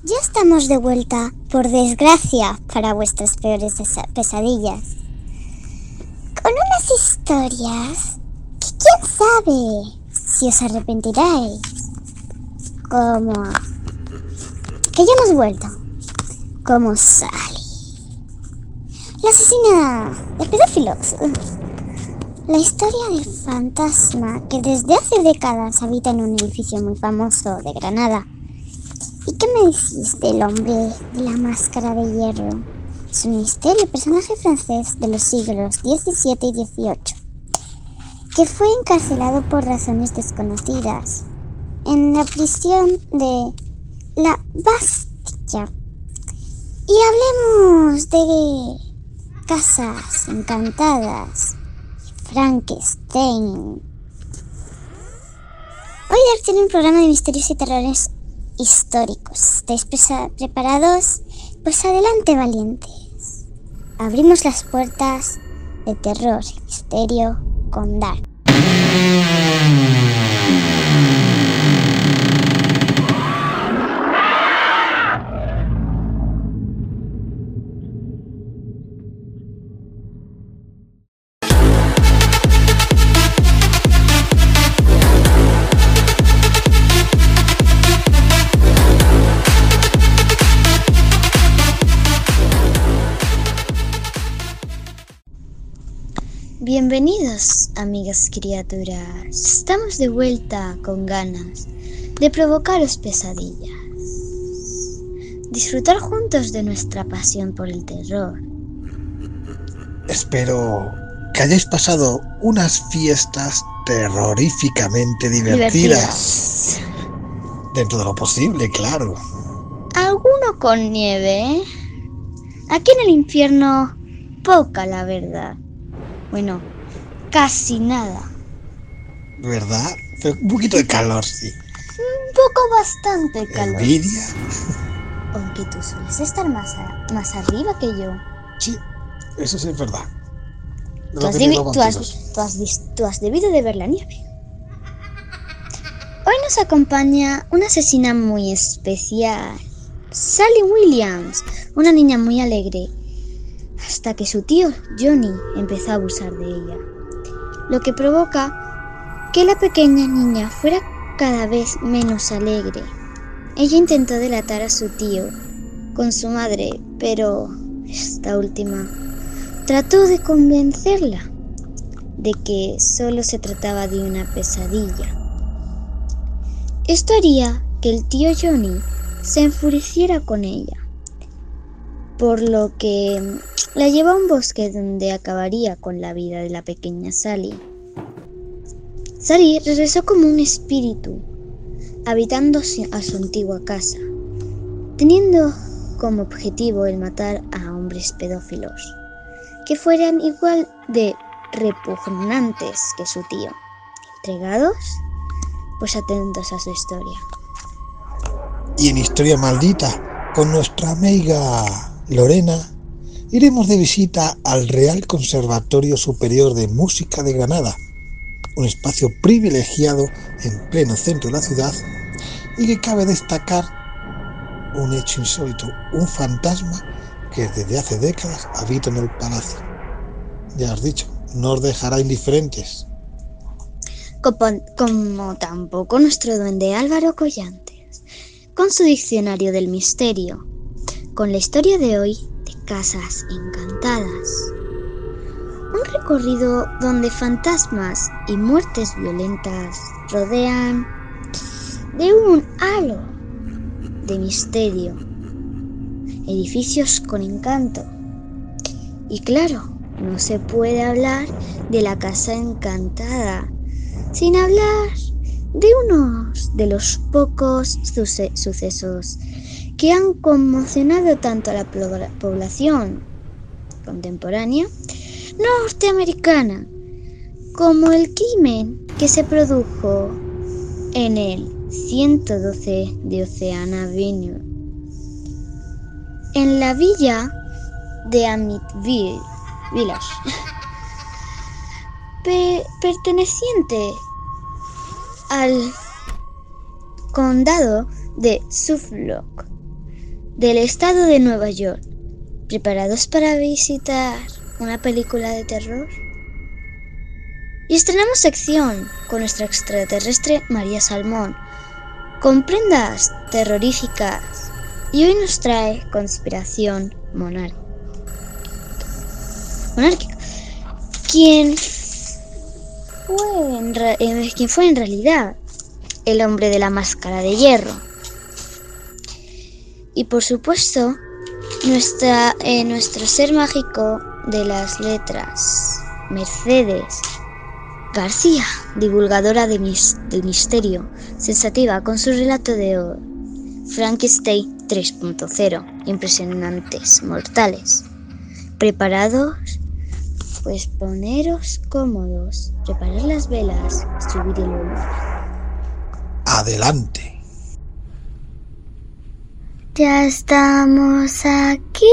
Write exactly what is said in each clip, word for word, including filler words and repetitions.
Ya estamos de vuelta, por desgracia, para vuestras peores pesadillas. Con unas historias que quién sabe si os arrepentiráis. Como... que ya hemos vuelto. Como Sally, la asesina de pedófilos. La historia del fantasma que desde hace décadas habita en un edificio muy famoso de Granada. ¿Y qué me decís del hombre de la máscara de hierro? Es un misterio, personaje francés de los siglos diecisiete y dieciocho, que fue encarcelado por razones desconocidas en la prisión de la Bastilla. Y hablemos de casas encantadas, Frankenstein. Hoy Dark tiene un programa de misterios y terrores históricos. ¿Estáis preparados? Pues adelante, valientes. Abrimos las puertas de terror y misterio con Dark. Bienvenidos, amigas criaturas. Estamos de vuelta con ganas de provocaros pesadillas. Disfrutar juntos de nuestra pasión por el terror. Espero que hayáis pasado unas fiestas terroríficamente divertidas. divertidas. Dentro de lo posible, claro. Alguno con nieve, ¿eh? Aquí en el infierno, poca la verdad. Bueno, casi nada. ¿Verdad? Pero un poquito de calor, sí. Un poco bastante calor. Envidia. Aunque tú sueles estar más, a, más arriba que yo. Sí, eso sí es verdad. Tú has, debi- tú, has, tú, has, tú has debido de ver la nieve. Hoy nos acompaña una asesina muy especial. Sally Williams, una niña muy alegre. Hasta que su tío Johnny empezó a abusar de ella, lo que provoca que la pequeña niña fuera cada vez menos alegre. Ella intentó delatar a su tío con su madre, pero esta última trató de convencerla de que solo se trataba de una pesadilla. Esto haría que el tío Johnny se enfureciera con ella, por lo que la llevó a un bosque donde acabaría con la vida de la pequeña Sally. Sally regresó como un espíritu, habitando a su antigua casa, teniendo como objetivo el matar a hombres pedófilos, que fueran igual de repugnantes que su tío. ¿Entregados? Pues atentos a su historia. Y en Historia Maldita, con nuestra amiga Lorena, iremos de visita al Real Conservatorio Superior de Música de Granada, un espacio privilegiado en pleno centro de la ciudad y que cabe destacar un hecho insólito, un fantasma que desde hace décadas habita en el palacio. Ya os he dicho, no os dejará indiferentes. Como, como tampoco nuestro duende Álvaro Collantes, con su diccionario del misterio, con la historia de hoy de Casas Encantadas. Un recorrido donde fantasmas y muertes violentas rodean de un halo de misterio, edificios con encanto. Y claro, no se puede hablar de la Casa Encantada sin hablar de unos de los pocos suce- sucesos que han conmocionado tanto a la población contemporánea norteamericana como el crimen que se produjo en el ciento doce de Oceana Avenue, en la villa de Amityville Village, Pe- perteneciente al condado de Suffolk. del estado de Nueva York. ¿Preparados para visitar una película de terror? Y estrenamos sección con nuestra extraterrestre María Salmón, con prendas terroríficas, y hoy nos trae conspiración monárquica. monárquica. ¿Quién fue, en re- eh, ¿Quién fue en realidad el hombre de la máscara de hierro? Y por supuesto, nuestra, eh, nuestro ser mágico de las letras, Mercedes García, divulgadora de mis, del misterio, sensativa con su relato de hoy, Frankenstein tres punto cero, impresionantes mortales. ¿Preparados? Pues poneros cómodos, preparar las velas, subir el volumen. Adelante. Ya estamos aquí.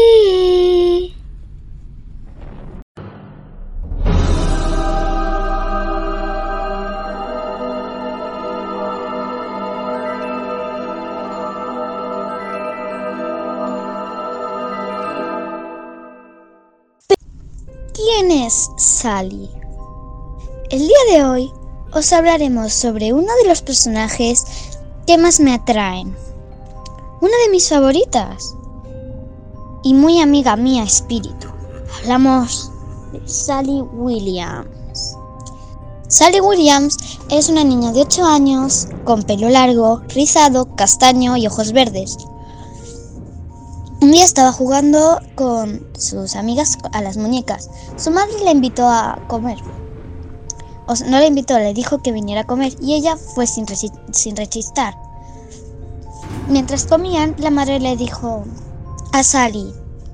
¿Quién es Sally? El día de hoy os hablaremos sobre uno de los personajes que más me atraen. Una de mis favoritas y muy amiga mía espíritu. Hablamos de Sally Williams. Sally Williams es una niña de ocho años con pelo largo, rizado, castaño y ojos verdes. Un día estaba jugando con sus amigas a las muñecas. Su madre la invitó a comer. O sea, no la invitó, le dijo que viniera a comer y ella fue sin, resi- sin rechistar. Mientras comían, la madre le dijo a Sally: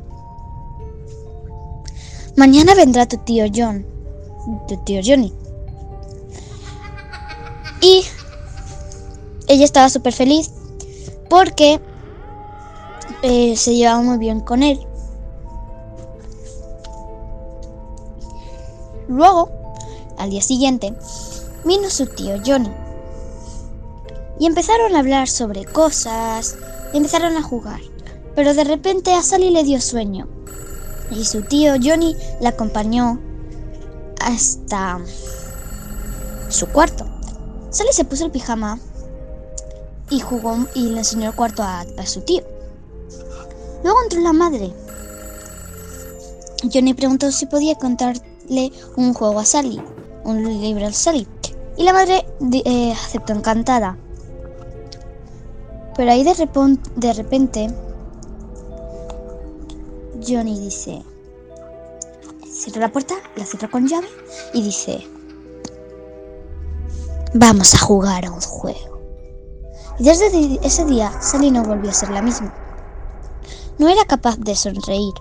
mañana vendrá tu tío John, tu tío Johnny. Y ella estaba súper feliz porque eh, se llevaba muy bien con él. Luego, al día siguiente, vino su tío Johnny. Y empezaron a hablar sobre cosas, y empezaron a jugar. Pero de repente a Sally le dio sueño. Y su tío Johnny la acompañó hasta su cuarto. Sally se puso el pijama y jugó y le enseñó el cuarto a, a su tío. Luego entró la madre. Johnny preguntó si podía contarle un juego a Sally, un libro a Sally. Y la madre eh, aceptó encantada. Pero ahí de, repon- de repente, Johnny dice, cierra la puerta, la cierra con llave y dice: vamos a jugar a un juego. Y desde ese día, Sally no volvió a ser la misma. No era capaz de sonreír.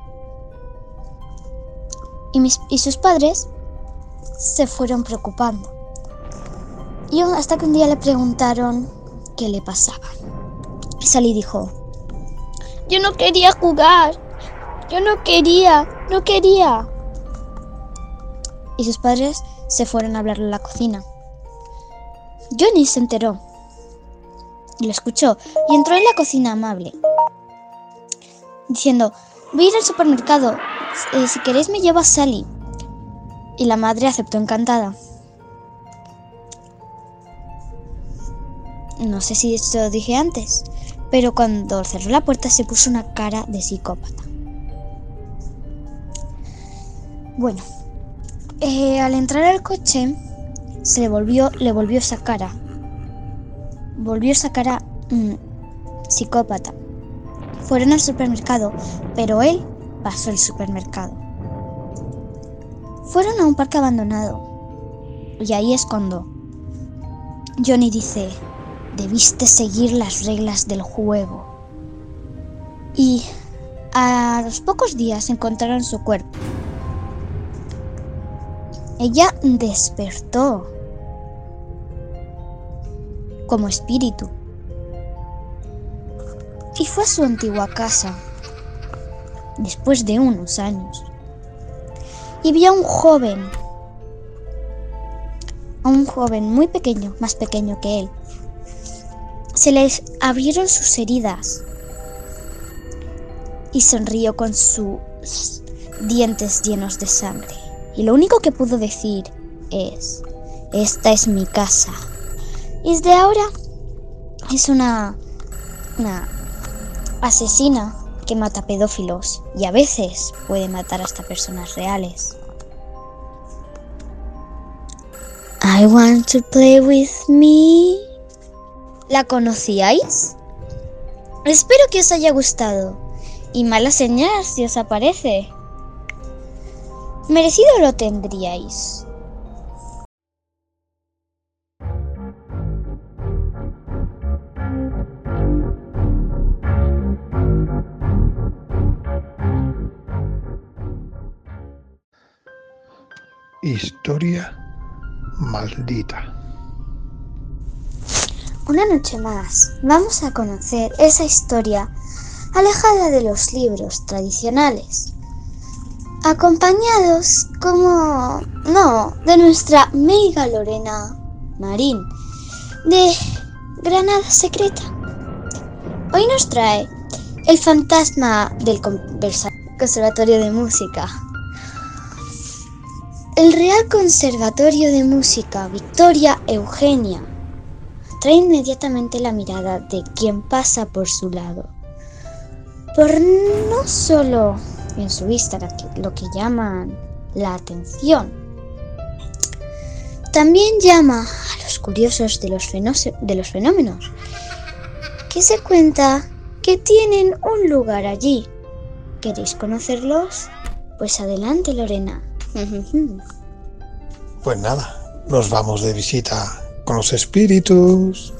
Y, mis, y sus padres se fueron preocupando. Y hasta que un día le preguntaron qué le pasaba. Y Sally dijo: yo no quería jugar. Yo no quería, no quería. Y sus padres se fueron a hablarle a la cocina. Johnny se enteró y lo escuchó y entró en la cocina amable, diciendo: voy a ir al supermercado, eh, si queréis me llevo a Sally. Y la madre aceptó encantada. No sé si esto lo dije antes, pero cuando cerró la puerta se puso una cara de psicópata. Bueno, eh, al entrar al coche se le volvió, le volvió esa cara. Volvió esa cara mmm, psicópata. Fueron al supermercado, pero él pasó el supermercado. Fueron a un parque abandonado. Y ahí es cuando Johnny dice: debiste seguir las reglas del juego. Y a los pocos días encontraron su cuerpo. Ella despertó como espíritu y fue a su antigua casa después de unos años y vio a un joven, a un joven muy pequeño, más pequeño que él. Se les abrieron sus heridas y sonrió con sus dientes llenos de sangre. Y lo único que pudo decir es: esta es mi casa. Y desde ahora es una, una asesina que mata pedófilos y a veces puede matar hasta personas reales. I want to play with me. ¿La conocíais? Espero que os haya gustado. Y mala señal si os aparece. Merecido lo tendríais. Historia maldita. Una noche más vamos a conocer esa historia alejada de los libros tradicionales, acompañados, como no, de nuestra meiga Lorena Marín de Granada Secreta. Hoy nos trae El fantasma del Conservatorio de Música. El Real Conservatorio de Música Victoria Eugenia trae inmediatamente la mirada de quien pasa por su lado, por no solo en su vista lo que llaman la atención, también llama a los curiosos de los, fenó- de los fenómenos, que se cuenta que tienen un lugar allí. ¿Queréis conocerlos? Pues adelante, Lorena. Pues nada, nos vamos de visita con los espíritus.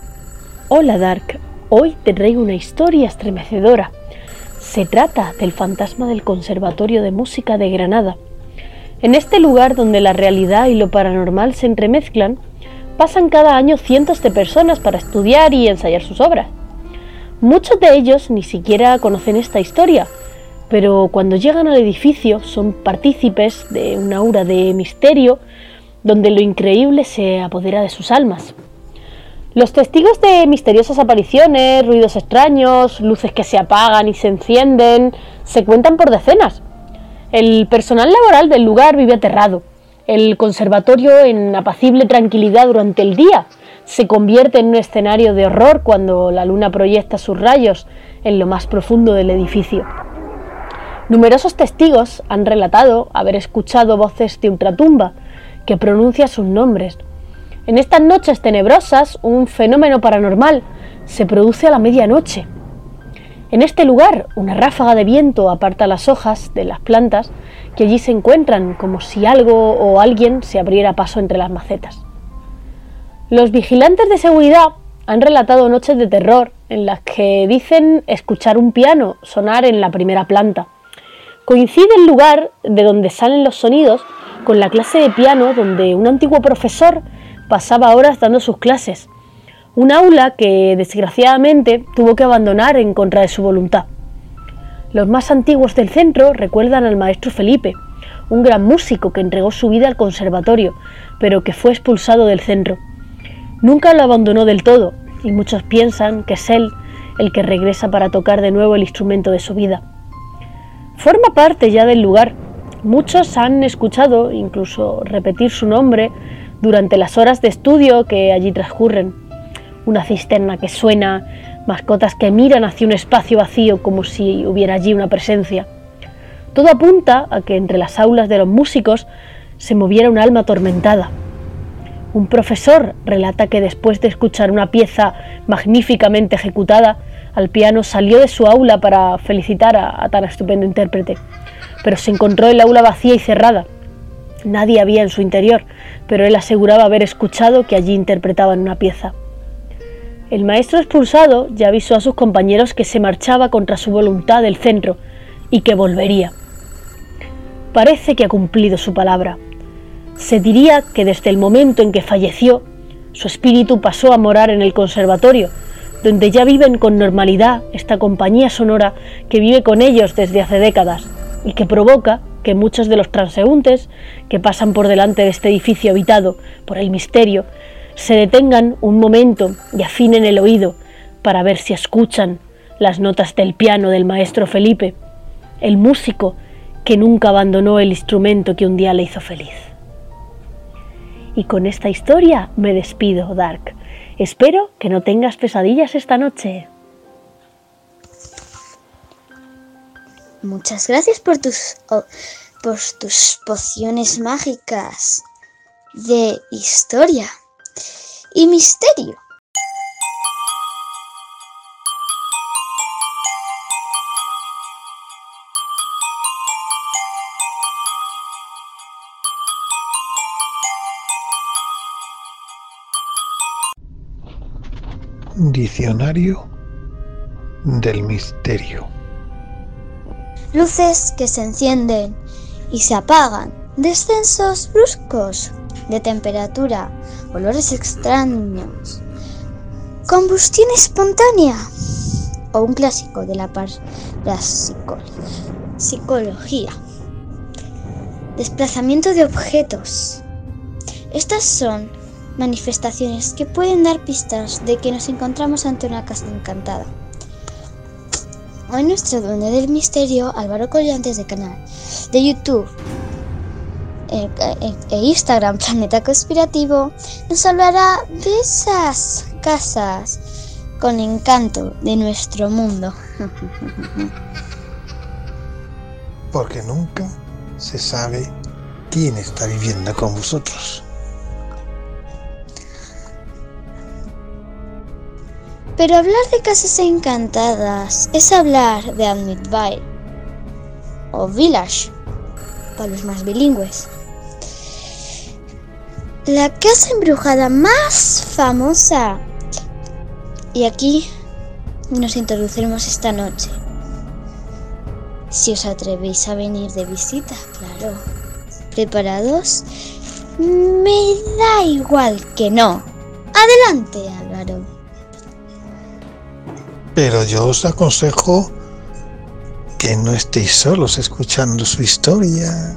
Hola Dark, hoy te traigo una historia estremecedora. Se trata del fantasma del Conservatorio de Música de Granada. En este lugar donde la realidad y lo paranormal se entremezclan, pasan cada año cientos de personas para estudiar y ensayar sus obras. Muchos de ellos ni siquiera conocen esta historia, pero cuando llegan al edificio son partícipes de una aura de misterio donde lo increíble se apodera de sus almas. Los testigos de misteriosas apariciones, ruidos extraños, luces que se apagan y se encienden, se cuentan por decenas. El personal laboral del lugar vive aterrado. El conservatorio, en apacible tranquilidad durante el día, se convierte en un escenario de horror cuando la luna proyecta sus rayos en lo más profundo del edificio. Numerosos testigos han relatado haber escuchado voces de ultratumba que pronuncian sus nombres. En estas noches tenebrosas, un fenómeno paranormal se produce a la medianoche. En este lugar, una ráfaga de viento aparta las hojas de las plantas que allí se encuentran, como si algo o alguien se abriera paso entre las macetas. Los vigilantes de seguridad han relatado noches de terror en las que dicen escuchar un piano sonar en la primera planta. Coincide el lugar de donde salen los sonidos con la clase de piano donde un antiguo profesor pasaba horas dando sus clases, un aula que desgraciadamente tuvo que abandonar en contra de su voluntad. Los más antiguos del centro recuerdan al maestro Felipe, un gran músico que entregó su vida al conservatorio, pero que fue expulsado del centro. Nunca lo abandonó del todo, y muchos piensan que es él el que regresa para tocar de nuevo el instrumento de su vida. Forma parte ya del lugar. Muchos han escuchado incluso repetir su nombre durante las horas de estudio que allí transcurren. Una cisterna que suena, mascotas que miran hacia un espacio vacío como si hubiera allí una presencia. Todo apunta a que entre las aulas de los músicos se moviera un alma atormentada. Un profesor relata que después de escuchar una pieza magníficamente ejecutada al piano salió de su aula para felicitar a, a tan estupendo intérprete, pero se encontró el aula vacía y cerrada. Nadie había en su interior, pero él aseguraba haber escuchado que allí interpretaban una pieza. El maestro expulsado ya avisó a sus compañeros que se marchaba contra su voluntad del centro y que volvería. Parece que ha cumplido su palabra. Se diría que desde el momento en que falleció, su espíritu pasó a morar en el conservatorio, donde ya viven con normalidad esta compañía sonora que vive con ellos desde hace décadas y que provoca que muchos de los transeúntes que pasan por delante de este edificio habitado por el misterio se detengan un momento y afinen el oído para ver si escuchan las notas del piano del maestro Felipe, el músico que nunca abandonó el instrumento que un día le hizo feliz. Y con esta historia me despido, Dark. Espero que no tengas pesadillas esta noche. Muchas gracias por tus, oh, por tus pociones mágicas de historia y misterio. Diccionario del misterio. Luces que se encienden y se apagan, descensos bruscos de temperatura, olores extraños, combustión espontánea o un clásico de la parapsicología, desplazamiento de objetos. Estas son manifestaciones que pueden dar pistas de que nos encontramos ante una casa encantada. Hoy nuestro duende del misterio, Álvaro Collantes, de canal de YouTube e, e, e Instagram Planeta Conspirativo, nos hablará de esas casas con encanto de nuestro mundo. Porque nunca se sabe quién está viviendo con vosotros. Pero hablar de casas encantadas es hablar de Amityville o Village para los más bilingües. La casa embrujada más famosa. Y aquí nos introduciremos esta noche. Si os atrevéis a venir de visita, claro. ¿Preparados? Me da igual que no. Adelante, Álvaro. Pero yo os aconsejo que no estéis solos escuchando su historia.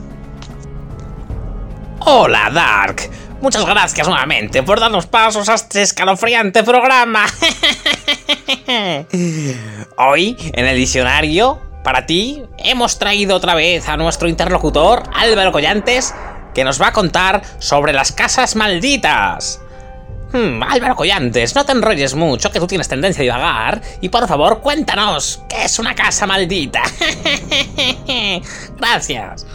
Hola, Dark. Muchas gracias nuevamente por darnos pasos a este escalofriante programa. Hoy, en el diccionario, para ti, hemos traído otra vez a nuestro interlocutor, Álvaro Collantes, que nos va a contar sobre las casas malditas. Hmm, Álvaro Collantes, no te enrolles mucho, que tú tienes tendencia a divagar. Y por favor, cuéntanos, ¿qué es una casa maldita? Gracias.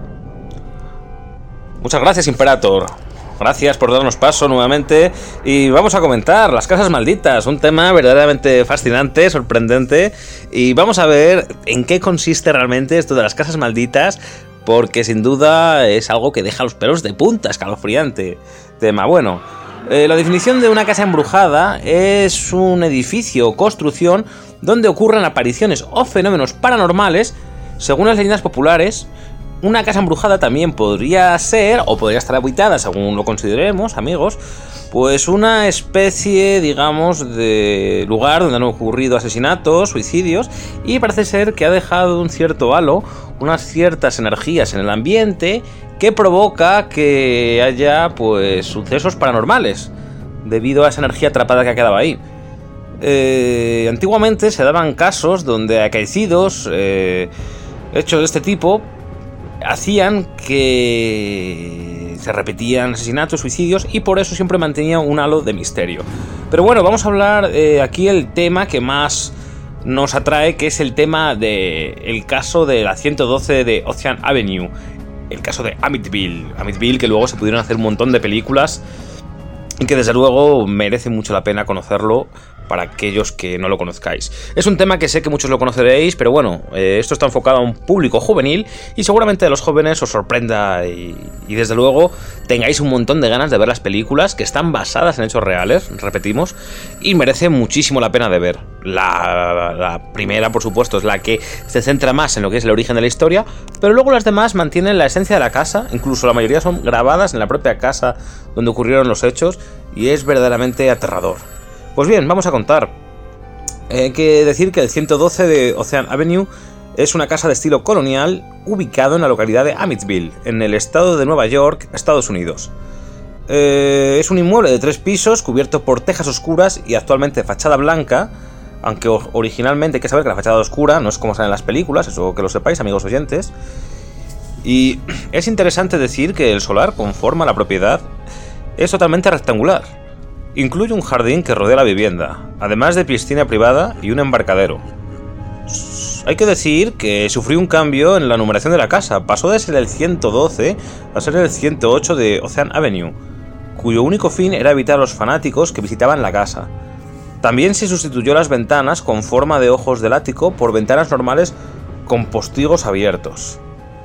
Muchas gracias, Imperator. Gracias por darnos paso nuevamente. Y vamos a comentar las casas malditas. Un tema verdaderamente fascinante, sorprendente. Y vamos a ver en qué consiste realmente esto de las casas malditas, porque sin duda es algo que deja los pelos de punta, escalofriante tema. Bueno, Eh, la definición de una casa embrujada es un edificio o construcción donde ocurren apariciones o fenómenos paranormales. Según las leyendas populares, una casa embrujada también podría ser, o podría estar habitada, según lo consideremos, amigos, pues una especie, digamos, de lugar donde han ocurrido asesinatos, suicidios, y parece ser que ha dejado un cierto halo, unas ciertas energías en el ambiente que provoca que haya, pues, sucesos paranormales debido a esa energía atrapada que ha quedado ahí. Eh, antiguamente se daban casos donde acaecidos, eh, hechos de este tipo, hacían que se repetían asesinatos, suicidios, y por eso siempre mantenía un halo de misterio. Pero bueno, vamos a hablar eh, aquí el tema que más nos atrae, que es el tema del caso de la ciento doce de Ocean Avenue, el caso de Amityville. Amityville, que luego se pudieron hacer un montón de películas y que desde luego merece mucho la pena conocerlo para aquellos que no lo conozcáis. Es un tema que sé que muchos lo conoceréis, pero bueno, eh, esto está enfocado a un público juvenil y seguramente a los jóvenes os sorprenda y, y desde luego tengáis un montón de ganas de ver las películas, que están basadas en hechos reales, repetimos, y merece muchísimo la pena de ver. La, la primera, por supuesto, es la que se centra más en lo que es el origen de la historia, pero luego las demás mantienen la esencia de la casa, incluso la mayoría son grabadas en la propia casa donde ocurrieron los hechos, y es verdaderamente aterrador. Pues bien, vamos a contar. Hay que decir que el ciento doce de Ocean Avenue es una casa de estilo colonial ubicado en la localidad de Amityville, en el estado de Nueva York, Estados Unidos. Eh, es un inmueble de tres pisos cubierto por tejas oscuras y actualmente fachada blanca, aunque originalmente hay que saber que la fachada oscura no es como sale en las películas, eso que lo sepáis, amigos oyentes. Y es interesante decir que el solar, conforme a la propiedad, es totalmente rectangular. Incluye un jardín que rodea la vivienda, además de piscina privada y un embarcadero. Hay que decir que sufrió un cambio en la numeración de la casa, pasó de ser el ciento doce a ser el ciento ocho de Ocean Avenue, cuyo único fin era evitar a los fanáticos que visitaban la casa. También se sustituyó las ventanas con forma de ojos del ático por ventanas normales con postigos abiertos.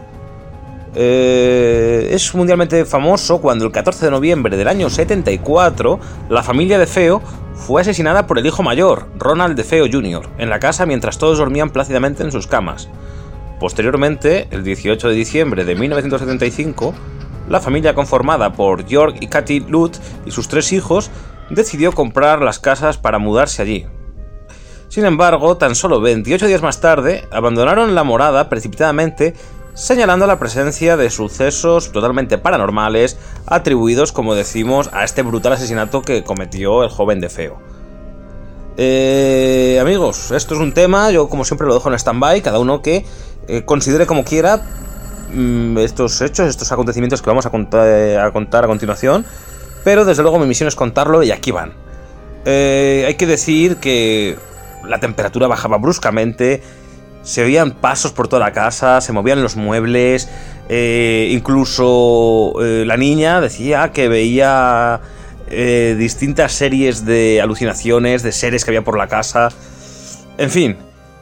Eh, es mundialmente famoso cuando el catorce de noviembre del año setenta y cuatro la familia DeFeo fue asesinada por el hijo mayor, Ronald DeFeo junior, en la casa mientras todos dormían plácidamente en sus camas. Posteriormente, el dieciocho de diciembre de mil novecientos setenta y cinco, la familia conformada por George y Kathy Lutt y sus tres hijos decidió comprar las casas para mudarse allí. Sin embargo, tan solo veintiocho días más tarde, abandonaron la morada precipitadamente, señalando la presencia de sucesos totalmente paranormales atribuidos, como decimos, a este brutal asesinato que cometió el joven DeFeo. Eh, amigos, esto es un tema, yo como siempre lo dejo en stand-by, cada uno que eh, considere como quiera mmm, estos hechos, estos acontecimientos que vamos a contar, a contar a continuación, pero desde luego mi misión es contarlo y aquí van. Eh, hay que decir que la temperatura bajaba bruscamente, se oían pasos por toda la casa, se movían los muebles, eh, incluso eh, la niña decía que veía eh, distintas series de alucinaciones, de seres que había por la casa. En fin,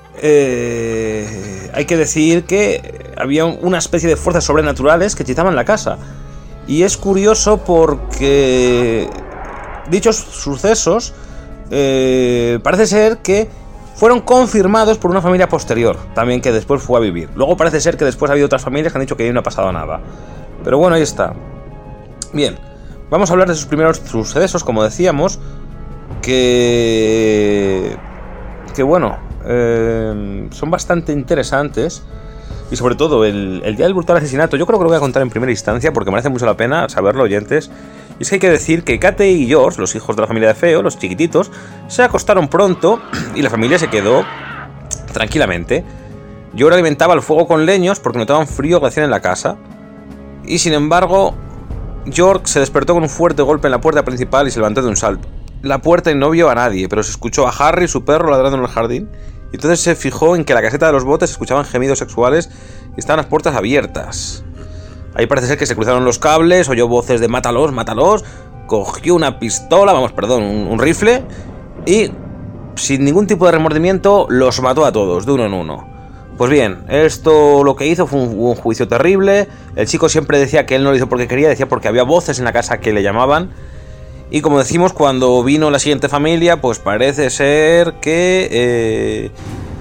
eh, hay que decir que había una especie de fuerzas sobrenaturales que hechizaban la casa. Y es curioso porque dichos sucesos eh, parece ser que fueron confirmados por una familia posterior, también que después fue a vivir. Luego parece ser que después ha habido otras familias que han dicho que ahí no ha pasado nada. Pero bueno, ahí está. Bien, vamos a hablar de sus primeros sucesos, como decíamos, que... que bueno, eh, son bastante interesantes. Y sobre todo, el, el día del brutal asesinato, yo creo que lo voy a contar en primera instancia porque merece mucho la pena saberlo, oyentes. Y es que hay que decir que Kate y George, los hijos de la familia DeFeo, los chiquititos, se acostaron pronto y la familia se quedó tranquilamente. George alimentaba el fuego con leños porque notaban frío que hacían en la casa. Y sin embargo, George se despertó con un fuerte golpe en la puerta principal y se levantó de un salto. La puerta y no vio a nadie, pero se escuchó a Harry, su perro, ladrando en el jardín. Y entonces se fijó en que la caseta de los botes se escuchaban gemidos sexuales y estaban las puertas abiertas. Ahí parece ser que se cruzaron los cables, oyó voces de mátalos, mátalos, cogió una pistola, vamos, perdón, un, un rifle, y sin ningún tipo de remordimiento los mató a todos, de uno en uno. Pues bien, esto lo que hizo fue un, un juicio terrible. El chico siempre decía que él no lo hizo porque quería, decía porque había voces en la casa que le llamaban. Y como decimos, cuando vino la siguiente familia, pues parece ser que... Eh,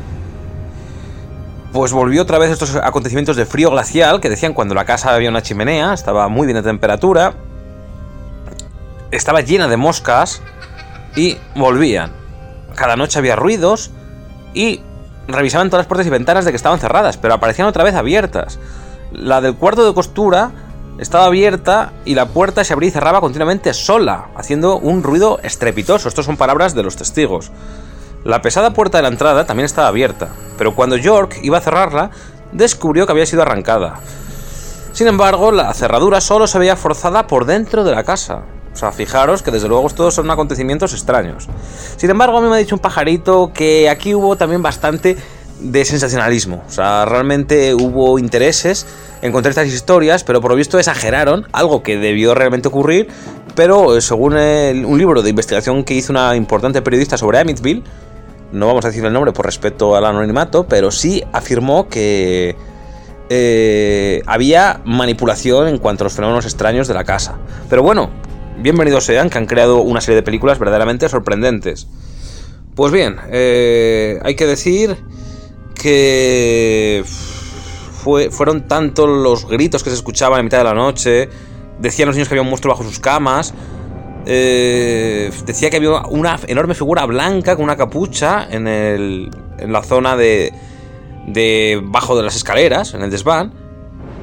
pues volvió otra vez estos acontecimientos de frío glacial, que decían cuando la casa había una chimenea, estaba muy bien de temperatura, estaba llena de moscas y volvían. Cada noche había ruidos y revisaban todas las puertas y ventanas de que estaban cerradas, pero aparecían otra vez abiertas. La del cuarto de costura estaba abierta y la puerta se abría y cerraba continuamente sola, haciendo un ruido estrepitoso. Estas son palabras de los testigos. La pesada puerta de la entrada también estaba abierta, pero cuando York iba a cerrarla, descubrió que había sido arrancada. Sin embargo, la cerradura solo se veía forzada por dentro de la casa. O sea, fijaros que desde luego estos son acontecimientos extraños. Sin embargo, a mí me ha dicho un pajarito que aquí hubo también bastante de sensacionalismo. O sea, realmente hubo intereses en contar estas historias, pero por lo visto exageraron algo que debió realmente ocurrir. Pero según el, un libro de investigación que hizo una importante periodista sobre Amityville, no vamos a decir el nombre por respeto al anonimato, pero sí afirmó que eh, había manipulación en cuanto a los fenómenos extraños de la casa. Pero bueno, bienvenidos sean, que han creado una serie de películas verdaderamente sorprendentes. Pues bien, eh, hay que decir que fue, fueron tanto los gritos que se escuchaban a mitad de la noche. Decían los niños que había un monstruo bajo sus camas. Eh, decía que había una enorme figura blanca con una capucha en, el, en la zona de, de bajo de las escaleras, en el desván.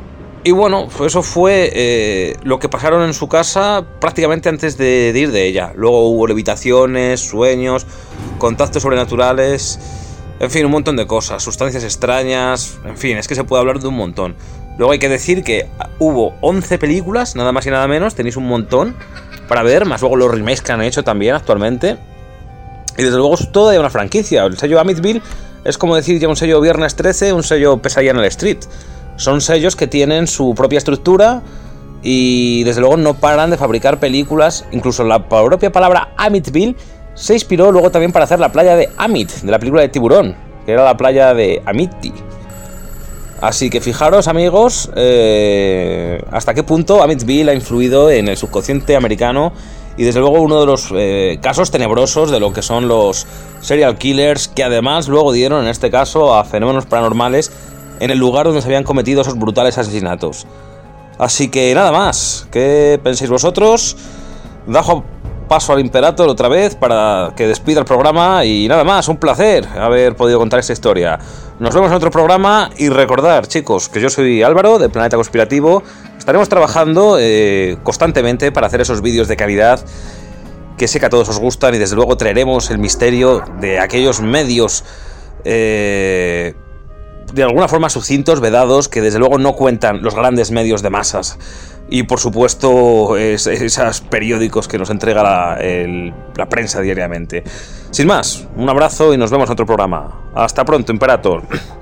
Y bueno, pues eso fue eh, lo que pasaron en su casa prácticamente antes de, de ir de ella. Luego hubo levitaciones, sueños, contactos sobrenaturales, en fin, un montón de cosas, sustancias extrañas, en fin, es que se puede hablar de un montón. Luego hay que decir que hubo once películas, nada más y nada menos, tenéis un montón para ver, más luego los remakes que han hecho también actualmente. Y desde luego es toda una franquicia. El sello Amityville es como decir ya un sello Viernes trece, un sello Pesadilla en el Street. Son sellos que tienen su propia estructura y desde luego no paran de fabricar películas. Incluso la propia palabra Amityville se inspiró luego también para hacer la playa de Amit, de la película de Tiburón, que era la playa de Amity. Así que fijaros, amigos, eh, hasta qué punto Amityville ha influido en el subconsciente americano y desde luego uno de los eh, casos tenebrosos de lo que son los serial killers, que además luego dieron en este caso a fenómenos paranormales en el lugar donde se habían cometido esos brutales asesinatos. Así que nada más, ¿qué pensáis vosotros? Dejo paso al Imperator otra vez para que despida el programa y nada más, un placer haber podido contar esta historia. Nos vemos en otro programa y recordar, chicos, que yo soy Álvaro de Planeta Conspirativo. Estaremos trabajando eh, constantemente para hacer esos vídeos de calidad que sé que a todos os gustan y desde luego traeremos el misterio de aquellos medios eh, de alguna forma sucintos, vedados, que desde luego no cuentan los grandes medios de masas. Y por supuesto es, esos periódicos que nos entrega la, el, la prensa diariamente. Sin más, un abrazo y nos vemos en otro programa. Hasta pronto, Imperator.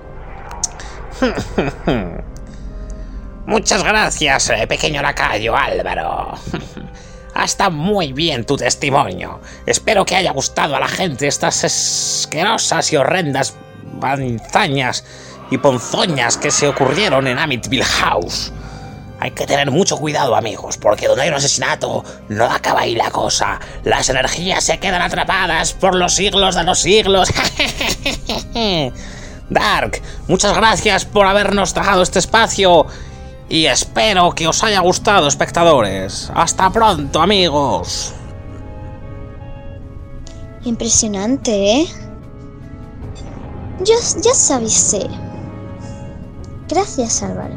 Muchas gracias, pequeño lacayo Álvaro. Está muy bien tu testimonio. Espero que haya gustado a la gente estas asquerosas y horrendas hazañas y ponzoñas que se ocurrieron en Amityville House. Hay que tener mucho cuidado, amigos, porque donde hay un asesinato no acaba ahí la cosa. Las energías se quedan atrapadas por los siglos de los siglos. Dark, muchas gracias por habernos dejado este espacio y espero que os haya gustado, espectadores. Hasta pronto, amigos. Impresionante, ¿eh? Yo ya sabéis. Gracias, Álvaro.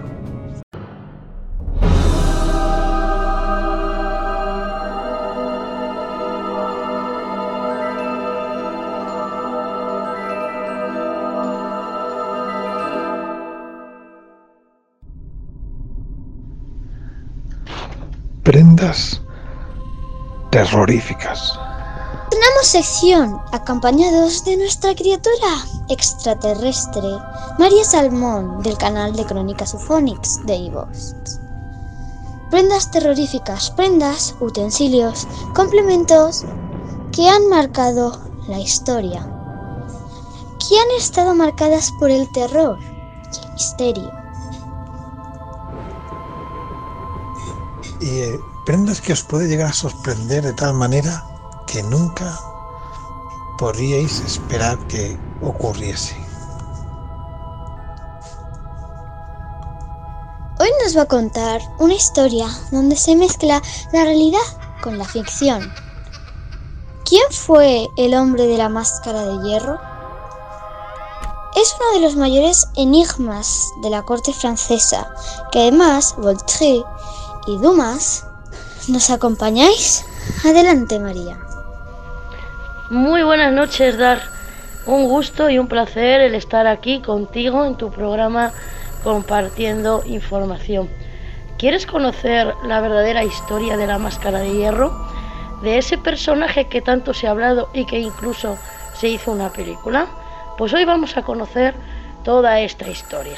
Prendas terroríficas. Tenemos sección acompañados de nuestra criatura extraterrestre, María Salmón, del canal de Crónicas Ufónix de iVoox. Prendas terroríficas, prendas, utensilios, complementos que han marcado la historia, que han estado marcadas por el terror y el misterio. Y eh, prendas que os puede llegar a sorprender de tal manera que nunca podríais esperar que ocurriese. Hoy nos va a contar una historia donde se mezcla la realidad con la ficción. ¿Quién fue el hombre de la máscara de hierro? Es uno de los mayores enigmas de la corte francesa, que además Voltaire y Dumas. ¿Nos acompañáis? Adelante, María. Muy buenas noches, Dar. Un gusto y un placer el estar aquí contigo en tu programa compartiendo información. ¿Quieres conocer la verdadera historia de la máscara de hierro? De ese personaje que tanto se ha hablado y que incluso se hizo una película. Pues hoy vamos a conocer toda esta historia.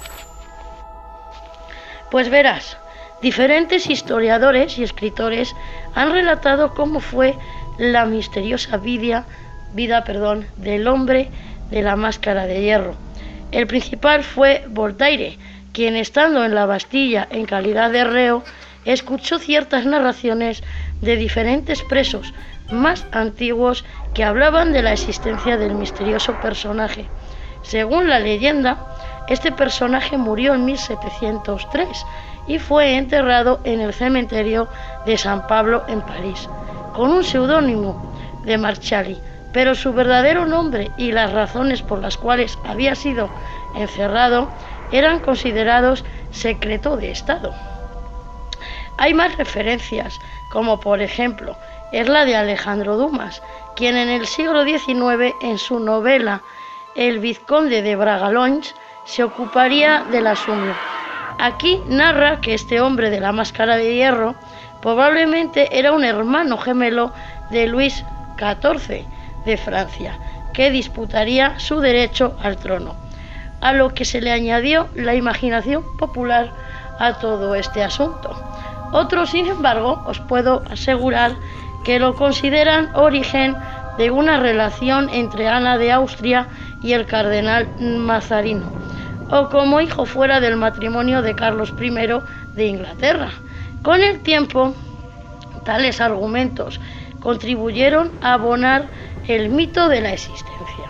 Pues verás, diferentes historiadores y escritores han relatado cómo fue la misteriosa vida, vida perdón, del hombre de la máscara de hierro. El principal fue Voltaire, quien estando en la Bastilla en calidad de reo, escuchó ciertas narraciones de diferentes presos más antiguos que hablaban de la existencia del misterioso personaje. Según la leyenda, este personaje murió en mil setecientos tres y fue enterrado en el cementerio de San Pablo en París, con un seudónimo de Marchali, pero su verdadero nombre y las razones por las cuales había sido encerrado eran considerados secreto de Estado. Hay más referencias, como por ejemplo es la de Alejandro Dumas, quien en el siglo diecinueve, en su novela El vizconde de Bragalonys, se ocuparía del asunto. Aquí narra que este hombre de la máscara de hierro probablemente era un hermano gemelo de Luis catorce de Francia, que disputaría su derecho al trono, a lo que se le añadió la imaginación popular a todo este asunto. Otros, sin embargo, os puedo asegurar que lo consideran origen de una relación entre Ana de Austria y el cardenal Mazarino, o como hijo fuera del matrimonio de Carlos primero de Inglaterra. Con el tiempo, tales argumentos contribuyeron a abonar el mito de la existencia.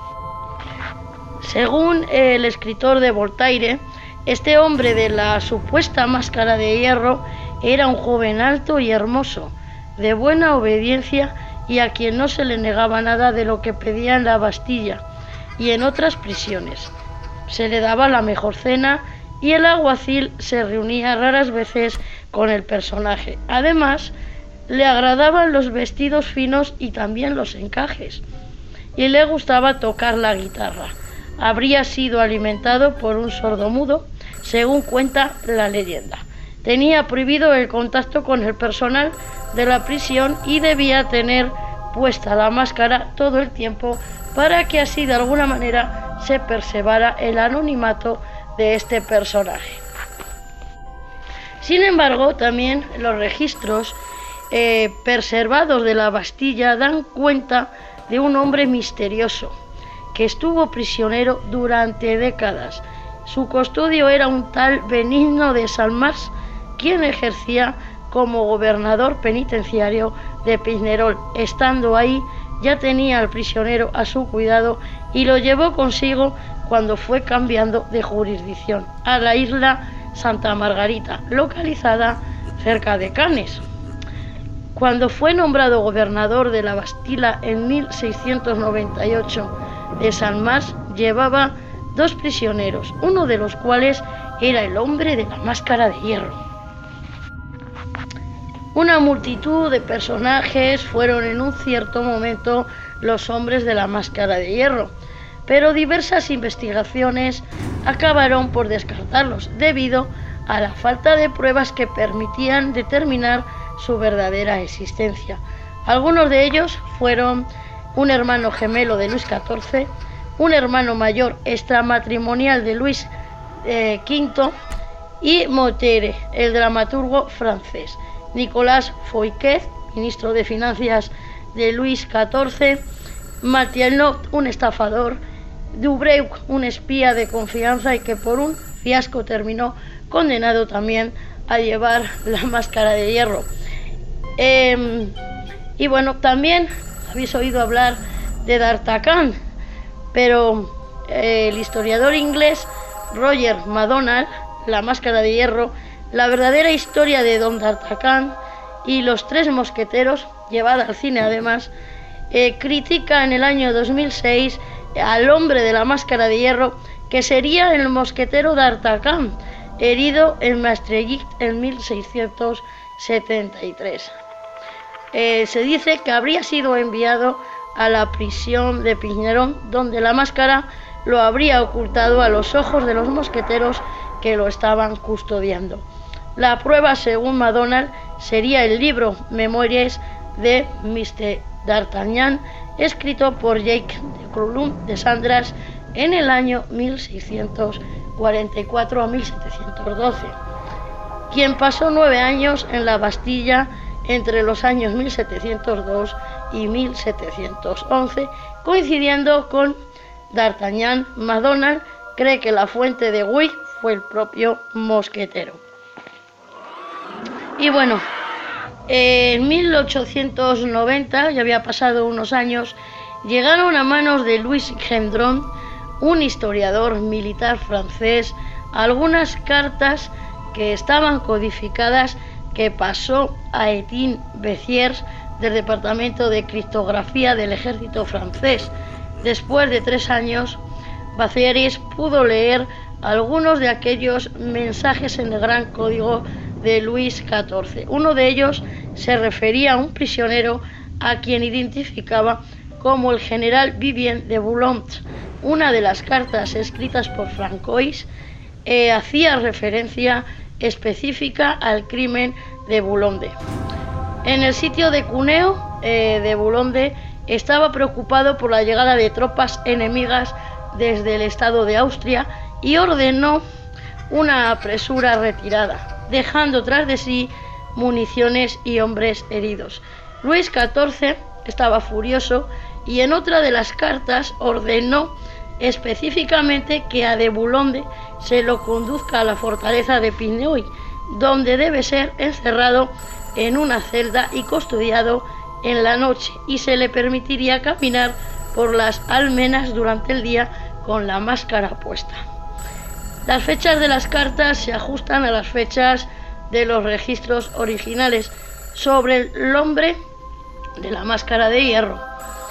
Según el escritor de Voltaire, este hombre de la supuesta máscara de hierro era un joven alto y hermoso, de buena obediencia y a quien no se le negaba nada de lo que pedía en la Bastilla y en otras prisiones. Se le daba la mejor cena y el alguacil se reunía raras veces con el personaje. Además, le agradaban los vestidos finos y también los encajes, y le gustaba tocar la guitarra. Habría sido alimentado por un sordomudo, según cuenta la leyenda. Tenía prohibido el contacto con el personal de la prisión y debía tener puesta la máscara todo el tiempo para que así de alguna manera se percebara el anonimato de este personaje. Sin embargo, también los registros eh, preservados de la Bastilla dan cuenta de un hombre misterioso que estuvo prisionero durante décadas. Su custodio era un tal Benigno de Salmás, quien ejercía como gobernador penitenciario de Pinerol. Estando ahí, ya tenía al prisionero a su cuidado y lo llevó consigo cuando fue cambiando de jurisdicción a la isla Santa Margarita, localizada cerca de Cannes. Cuando fue nombrado gobernador de la Bastilla en mil seiscientos noventa y ocho, de Salmás llevaba dos prisioneros, uno de los cuales era el hombre de la máscara de hierro. Una multitud de personajes fueron en un cierto momento los hombres de la máscara de hierro, pero diversas investigaciones acabaron por descartarlos debido a la falta de pruebas que permitían determinar su verdadera existencia. Algunos de ellos fueron un hermano gemelo de Luis catorce, un hermano mayor extramatrimonial de Luis eh, quinto y Molière, el dramaturgo francés, Nicolas Fouquet, ministro de Finanzas de Luis catorce, Matignon, un estafador, Dubreuil, un espía de confianza y que por un fiasco terminó condenado también a llevar la máscara de hierro. Eh, y bueno, también habéis oído hablar de D'Artagnan, pero eh, el historiador inglés Roger Macdonald, La máscara de hierro, la verdadera historia de Don D'Artagnan y los tres mosqueteros, llevada al cine además, eh, critica en el año dos mil seis al hombre de la máscara de hierro, que sería el mosquetero D'Artagnan, herido en Maastricht en mil seiscientos setenta y tres. Eh, se dice que habría sido enviado a la prisión de Pinerol, donde la máscara lo habría ocultado a los ojos de los mosqueteros que lo estaban custodiando. La prueba, según Macdonald, sería el libro Memories de mister D'Artagnan, escrito por Jacques de Coulomb de Sandras en el año mil seiscientos cuarenta y cuatro a mil setecientos doce, quien pasó nueve años en la Bastilla entre los años mil setecientos dos y mil setecientos once, coincidiendo con D'Artagnan. Macdonald cree que la fuente de Guy fue el propio mosquetero. Y bueno, en mil ochocientos noventa, ya había pasado unos años, llegaron a manos de Louis Gendron, un historiador militar francés, algunas cartas que estaban codificadas que pasó a Étienne Béziers del Departamento de Criptografía del Ejército francés. Después de tres años, Béziers pudo leer algunos de aquellos mensajes en el gran código de Luis catorce. Uno de ellos se refería a un prisionero a quien identificaba como el general Vivien de Boulogne. Una de las cartas escritas por Francois eh, hacía referencia específica al crimen de Boulogne. En el sitio de Cuneo eh, de Boulogne estaba preocupado por la llegada de tropas enemigas desde el estado de Austria y ordenó una apresura retirada, dejando tras de sí municiones y hombres heridos. Luis catorce estaba furioso y en otra de las cartas ordenó específicamente que a de Boulogne se lo conduzca a la fortaleza de Pineuil, donde debe ser encerrado en una celda y custodiado en la noche, y se le permitiría caminar por las almenas durante el día con la máscara puesta. Las fechas de las cartas se ajustan a las fechas de los registros originales sobre el hombre de la máscara de hierro.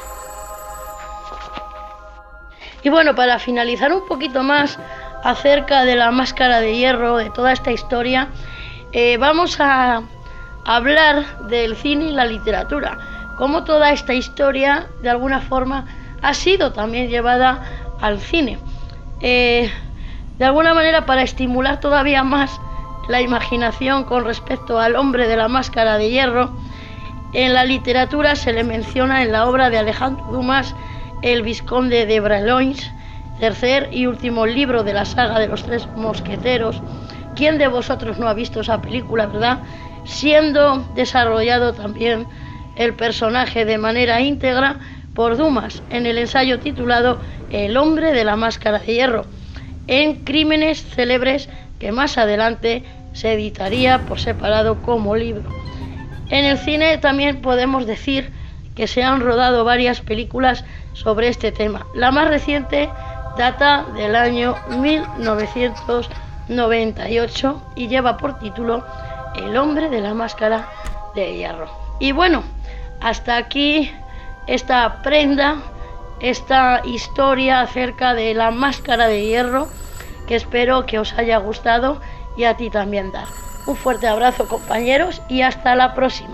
Y bueno, para finalizar un poquito más acerca de la máscara de hierro, de toda esta historia, eh, vamos a hablar del cine y la literatura, cómo toda esta historia de alguna forma ha sido también llevada al cine. Eh, de alguna manera, para estimular todavía más la imaginación con respecto al hombre de la máscara de hierro, en la literatura se le menciona en la obra de Alejandro Dumas, El Vizconde de Bragelonne, tercer y último libro de la saga de los tres mosqueteros. ¿Quién de vosotros no ha visto esa película, verdad? Siendo desarrollado también el personaje de manera íntegra por Dumas en el ensayo titulado El hombre de la máscara de hierro, en Crímenes célebres, que más adelante se editaría por separado como libro. En el cine también podemos decir que se han rodado varias películas sobre este tema. La más reciente data del año mil novecientos noventa y ocho y lleva por título El hombre de la máscara de hierro. Y bueno, hasta aquí esta prenda, esta historia acerca de la máscara de hierro, que espero que os haya gustado y a ti también, Dar. Un fuerte abrazo, compañeros, y hasta la próxima.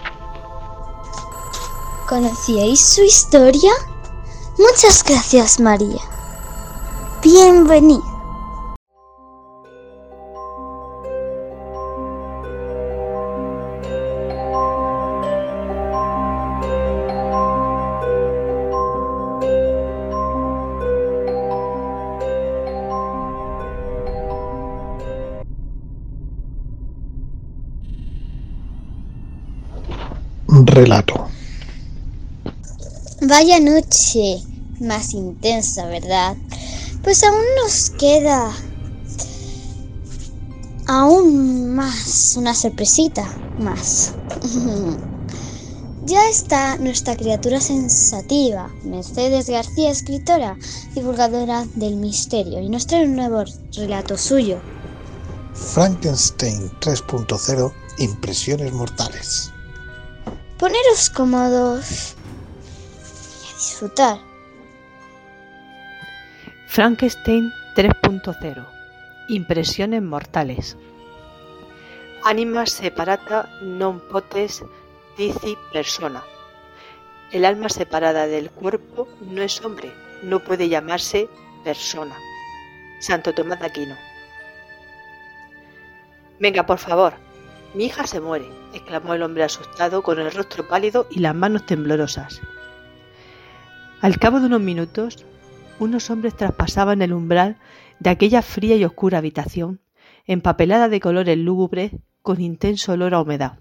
¿Conocíais su historia? Muchas gracias, María. Bienvenida. Relato. Vaya noche más intensa, ¿verdad? Pues aún nos queda aún más, una sorpresita más. Ya está nuestra criatura sensativa, Mercedes García, escritora, divulgadora del misterio, y nos trae un nuevo relato suyo. Frankenstein tres punto cero, impresiones mortales. Poneros cómodos y a disfrutar. Frankenstein tres punto cero. Impresiones mortales. Anima separata non potest dici persona. El alma separada del cuerpo no es hombre, no puede llamarse persona. Santo Tomás de Aquino. Venga, por favor. Mi hija se muere, exclamó el hombre asustado, con el rostro pálido y las manos temblorosas. Al cabo de unos minutos, unos hombres traspasaban el umbral de aquella fría y oscura habitación, empapelada de colores lúgubres, con intenso olor a humedad.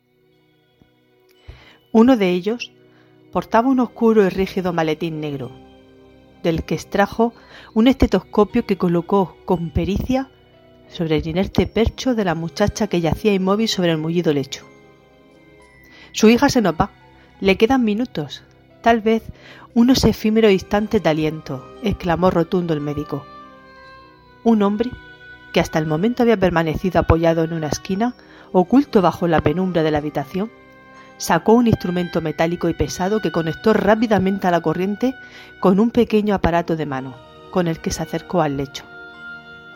Uno de ellos portaba un oscuro y rígido maletín negro, del que extrajo un estetoscopio que colocó con pericia sobre el inerte percho de la muchacha que yacía inmóvil sobre el mullido lecho. Su hija se nos va, le quedan minutos, tal vez unos efímeros instantes de aliento, exclamó rotundo el médico. Un hombre, que hasta el momento había permanecido apoyado en una esquina, oculto bajo la penumbra de la habitación, sacó un instrumento metálico y pesado que conectó rápidamente a la corriente con un pequeño aparato de mano, con el que se acercó al lecho.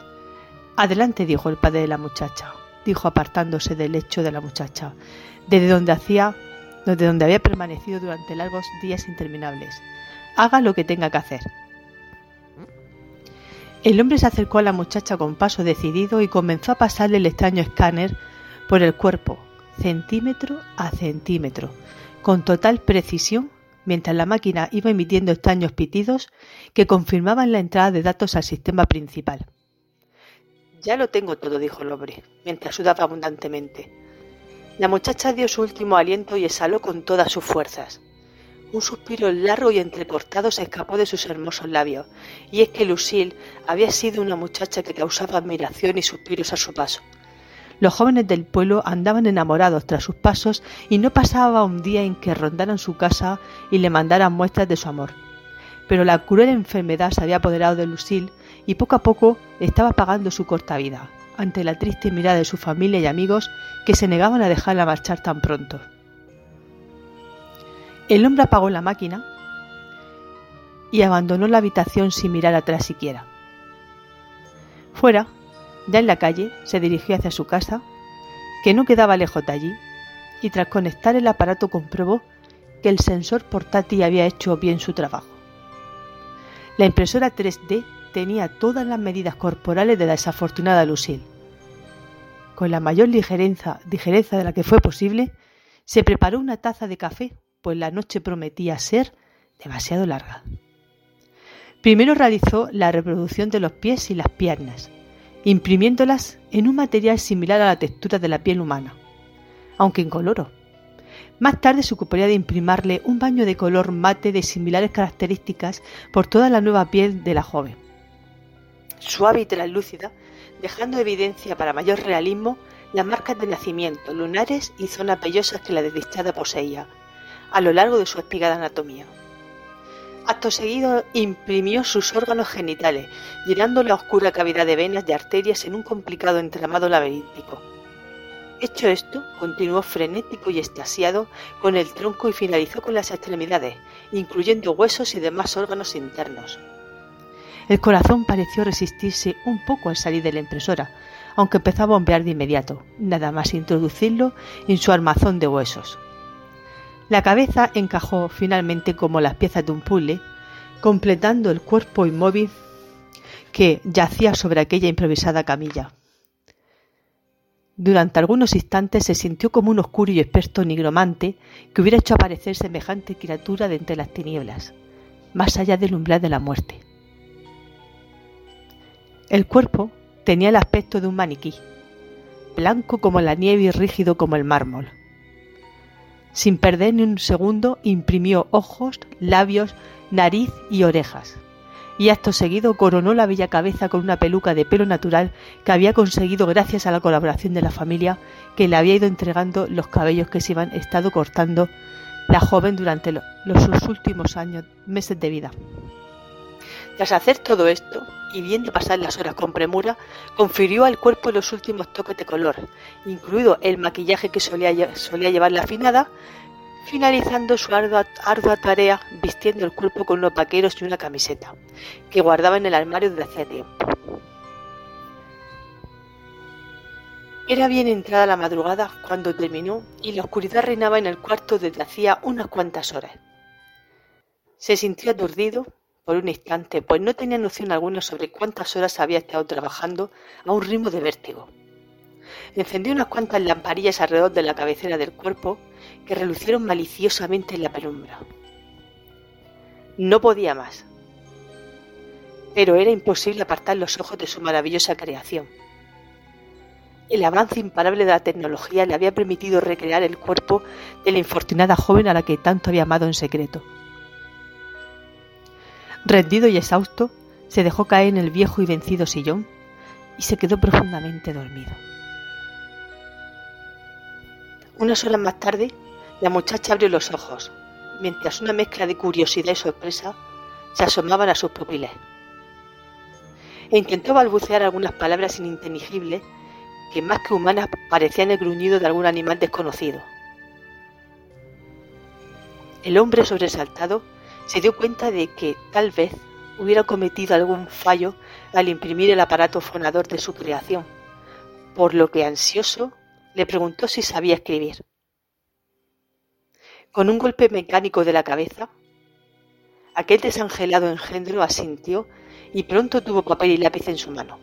Adelante, dijo el padre de la muchacha, dijo apartándose del lecho de la muchacha, desde donde hacía, desde donde había permanecido durante largos días interminables. Haga lo que tenga que hacer. El hombre se acercó a la muchacha con paso decidido y comenzó a pasarle el extraño escáner por el cuerpo, centímetro a centímetro, con total precisión, mientras la máquina iba emitiendo extraños pitidos que confirmaban la entrada de datos al sistema principal. Ya lo tengo todo, dijo el hombre, mientras sudaba abundantemente. La muchacha dio su último aliento y exhaló con todas sus fuerzas. Un suspiro largo y entrecortado se escapó de sus hermosos labios, y es que Lucille había sido una muchacha que causaba admiración y suspiros a su paso. Los jóvenes del pueblo andaban enamorados tras sus pasos y no pasaba un día en que rondaran su casa y le mandaran muestras de su amor. Pero la cruel enfermedad se había apoderado de Lucille y poco a poco estaba pagando su corta vida, ante la triste mirada de su familia y amigos que se negaban a dejarla marchar tan pronto. El hombre apagó la máquina y abandonó la habitación sin mirar atrás siquiera. Fuera, ya en la calle, se dirigió hacia su casa, que no quedaba lejos de allí, y tras conectar el aparato comprobó que el sensor portátil había hecho bien su trabajo. La impresora tres D tenía todas las medidas corporales de la desafortunada Lucille. Con la mayor ligereza, ligereza de la que fue posible, se preparó una taza de café, pues la noche prometía ser demasiado larga. Primero realizó la reproducción de los pies y las piernas, imprimiéndolas en un material similar a la textura de la piel humana, aunque incoloro. Más tarde se ocuparía de imprimirle un baño de color mate de similares características por toda la nueva piel de la joven, suave y translúcida, dejando evidencia para mayor realismo las marcas de nacimiento, lunares y zonas vellosas que la desdichada poseía, a lo largo de su espigada anatomía. Acto seguido imprimió sus órganos genitales, llenando la oscura cavidad de venas y arterias en un complicado entramado laberíntico. Hecho esto, continuó frenético y extasiado con el tronco y finalizó con las extremidades, incluyendo huesos y demás órganos internos. El corazón pareció resistirse un poco al salir de la impresora, aunque empezó a bombear de inmediato, nada más introducirlo en su armazón de huesos. La cabeza encajó finalmente como las piezas de un puzzle, completando el cuerpo inmóvil que yacía sobre aquella improvisada camilla. Durante algunos instantes se sintió como un oscuro y experto nigromante que hubiera hecho aparecer semejante criatura de entre las tinieblas, más allá del umbral de la muerte. El cuerpo tenía el aspecto de un maniquí, blanco como la nieve y rígido como el mármol. Sin perder ni un segundo, imprimió ojos, labios, nariz y orejas, y acto seguido coronó la bella cabeza con una peluca de pelo natural que había conseguido gracias a la colaboración de la familia, que le había ido entregando los cabellos que se habían estado cortando la joven durante lo, los sus últimos años, meses de vida. Tras hacer todo esto, y viendo pasar las horas con premura, confirió al cuerpo los últimos toques de color, incluido el maquillaje que solía, solía llevar la afinada, finalizando su ardua, ardua tarea vistiendo el cuerpo con unos vaqueros y una camiseta, que guardaba en el armario desde hacía tiempo. Era bien entrada la madrugada cuando terminó y la oscuridad reinaba en el cuarto desde hacía unas cuantas horas. Se sintió aturdido por un instante, pues no tenía noción alguna sobre cuántas horas había estado trabajando a un ritmo de vértigo. Encendió unas cuantas lamparillas alrededor de la cabecera del cuerpo que relucieron maliciosamente en la penumbra. No podía más, pero era imposible apartar los ojos de su maravillosa creación. El avance imparable de la tecnología le había permitido recrear el cuerpo de la infortunada joven a la que tanto había amado en secreto. Rendido y exhausto, se dejó caer en el viejo y vencido sillón y se quedó profundamente dormido. Unas horas más tarde, la muchacha abrió los ojos, mientras una mezcla de curiosidad y sorpresa se asomaban a sus pupilas. E intentó balbucear algunas palabras ininteligibles que más que humanas parecían el gruñido de algún animal desconocido. El hombre sobresaltado se dio cuenta de que, tal vez, hubiera cometido algún fallo al imprimir el aparato fonador de su creación, por lo que, ansioso, le preguntó si sabía escribir. Con un golpe mecánico de la cabeza, aquel desangelado engendro asintió y pronto tuvo papel y lápiz en su mano.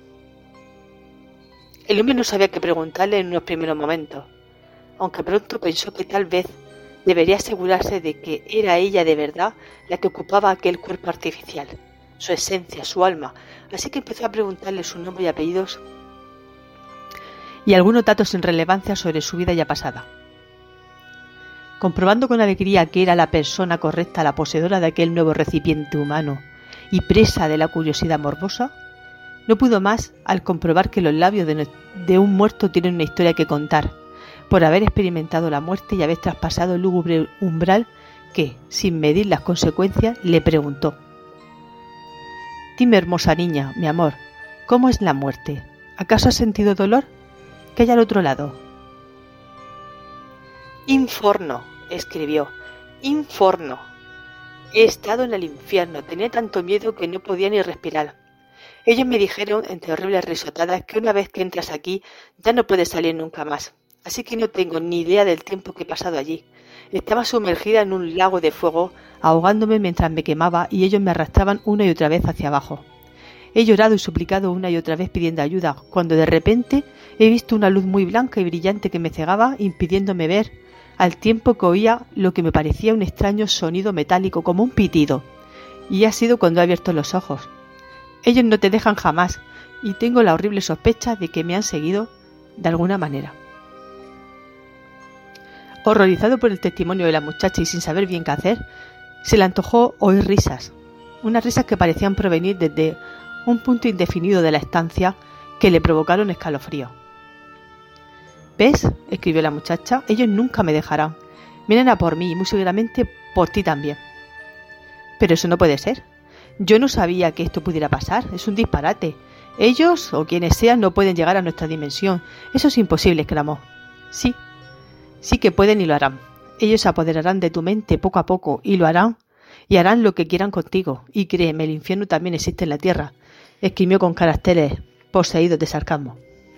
El hombre no sabía qué preguntarle en unos primeros momentos, aunque pronto pensó que tal vez debería asegurarse de que era ella de verdad la que ocupaba aquel cuerpo artificial, su esencia, su alma, así que empezó a preguntarle su nombre y apellidos y algunos datos sin relevancia sobre su vida ya pasada. Comprobando con alegría que era la persona correcta la poseedora de aquel nuevo recipiente humano y presa de la curiosidad morbosa, no pudo más al comprobar que los labios de, de un muerto tienen una historia que contar, por haber experimentado la muerte y haber traspasado el lúgubre umbral que, sin medir las consecuencias, le preguntó: «Dime, hermosa niña, mi amor, ¿cómo es la muerte? ¿Acaso has sentido dolor? ¿Qué hay al otro lado?» «Inforno», escribió, «inforno. He estado en el infierno, tenía tanto miedo que no podía ni respirar. Ellos me dijeron, entre horribles risotadas, que una vez que entras aquí ya no puedes salir nunca más. Así que no tengo ni idea del tiempo que he pasado allí. Estaba sumergida en un lago de fuego, ahogándome mientras me quemaba y ellos me arrastraban una y otra vez hacia abajo. He llorado y suplicado una y otra vez pidiendo ayuda, cuando de repente he visto una luz muy blanca y brillante que me cegaba, impidiéndome ver, al tiempo que oía lo que me parecía un extraño sonido metálico como un pitido. Y ha sido cuando he abierto los ojos. Ellos no te dejan jamás, y tengo la horrible sospecha de que me han seguido de alguna manera». Horrorizado por el testimonio de la muchacha y sin saber bien qué hacer, se le antojó oír risas, unas risas que parecían provenir desde un punto indefinido de la estancia que le provocaron escalofrío. «¿Ves?», escribió la muchacha, «ellos nunca me dejarán. Vienen a por mí y muy seguramente por ti también». «Pero eso no puede ser. Yo no sabía que esto pudiera pasar. Es un disparate. Ellos, o quienes sean, no pueden llegar a nuestra dimensión. Eso es imposible», exclamó. «Sí, sí que pueden y lo harán. Ellos se apoderarán de tu mente poco a poco y lo harán, y harán lo que quieran contigo. Y créeme, el infierno también existe en la tierra», escribió con caracteres poseídos de sarcasmo.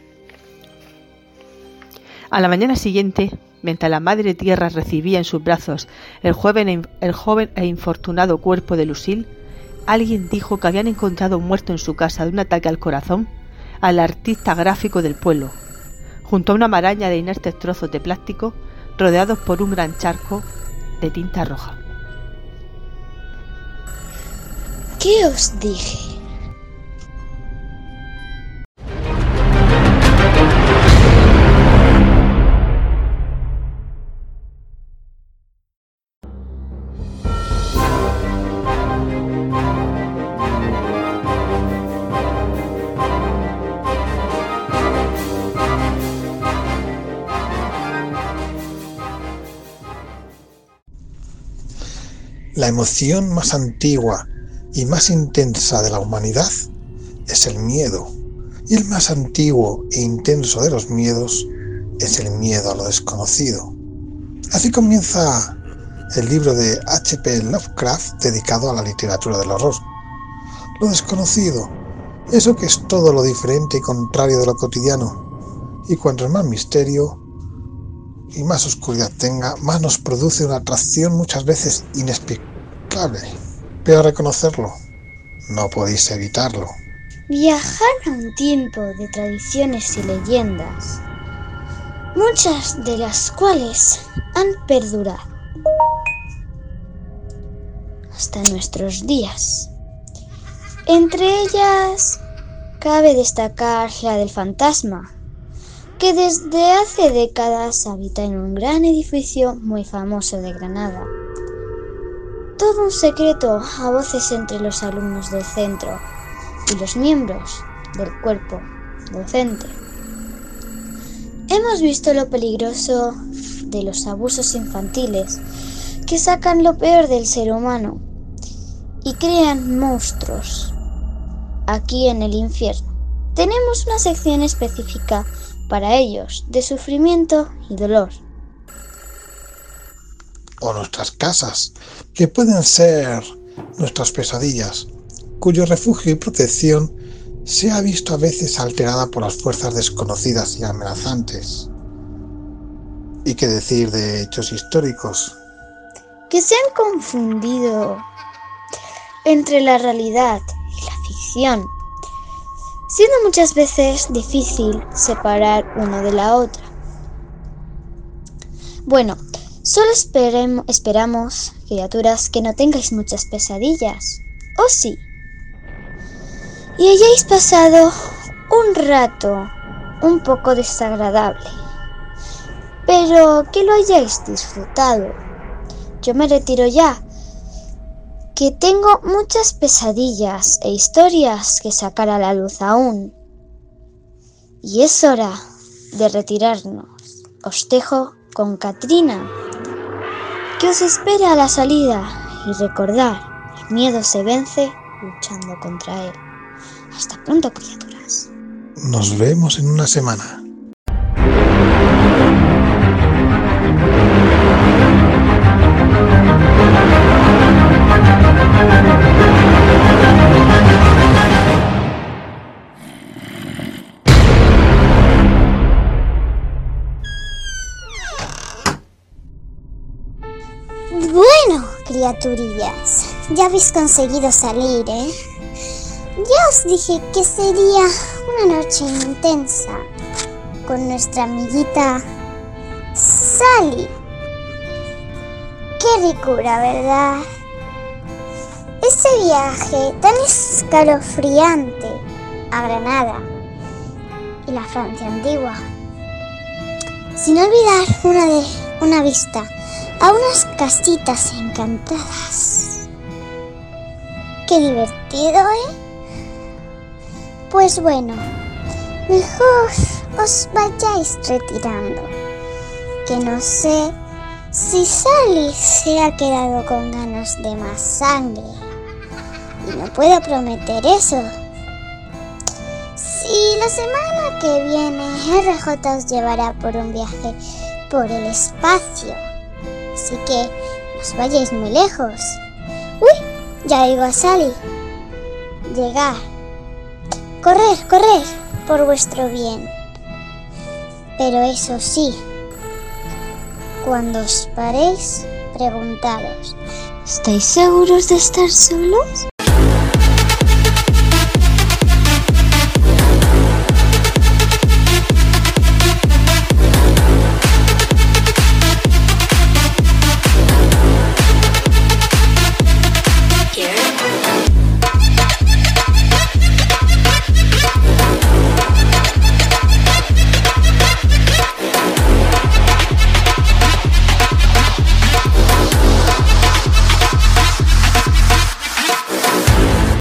A la mañana siguiente, mientras la madre tierra recibía en sus brazos el joven, el joven e infortunado cuerpo de Lucille, alguien dijo que habían encontrado muerto en su casa de un ataque al corazón al artista gráfico del pueblo, junto a una maraña de inertes trozos de plástico rodeados por un gran charco de tinta roja. ¿Qué os dije? La emoción más antigua y más intensa de la humanidad es el miedo, y el más antiguo e intenso de los miedos es el miedo a lo desconocido. Así comienza el libro de H P Lovecraft dedicado a la literatura del horror. Lo desconocido, eso que es todo lo diferente y contrario de lo cotidiano, y cuanto más misterio y más oscuridad tenga, más nos produce una atracción muchas veces inexplicable. Pero reconocerlo, no podéis evitarlo. Viajar a un tiempo de tradiciones y leyendas, muchas de las cuales han perdurado hasta nuestros días. Entre ellas, cabe destacar la del fantasma, que desde hace décadas habita en un gran edificio muy famoso de Granada. Todo un secreto a voces entre los alumnos del centro y los miembros del cuerpo docente. Hemos visto lo peligroso de los abusos infantiles que sacan lo peor del ser humano y crean monstruos. Aquí en el infierno tenemos una sección específica para ellos, de sufrimiento y dolor. O nuestras casas, que pueden ser nuestras pesadillas. cuyo refugio y protección se ha visto a veces alterada por las fuerzas desconocidas y amenazantes. ¿Y qué decir de hechos históricos? Que se han confundido entre la realidad y la ficción, siendo muchas veces difícil separar uno de la otra. Bueno, solo esperem- esperamos, criaturas, que no tengáis muchas pesadillas, ¿o sí? Y hayáis pasado un rato un poco desagradable, pero que lo hayáis disfrutado. Yo me retiro ya, que tengo muchas pesadillas e historias que sacar a la luz aún. Y es hora de retirarnos. Os dejo con Katrina, que os espera a la salida, y recordad, el miedo se vence luchando contra él. Hasta pronto, criaturas. Nos vemos en una semana. Bueno, criaturillas, ya habéis conseguido salir, ¿eh? Ya os dije que sería una noche intensa con nuestra amiguita Sally. Qué ricura, ¿verdad? Ese viaje tan escalofriante a Granada y la Francia antigua, sin olvidar una, de, una vista a unas casitas encantadas. Qué divertido, ¿eh? Pues bueno, mejor os vayáis retirando, que no sé si Sally se ha quedado con ganas de más sangre, y no puedo prometer eso. Si la semana que viene R J os llevará por un viaje por el espacio, así que no os vayáis muy lejos. ¡Uy! Ya oigo a Sally llegar. Correr, correr, por vuestro bien. Pero eso sí, cuando os paréis, preguntaros: ¿estáis seguros de estar solos?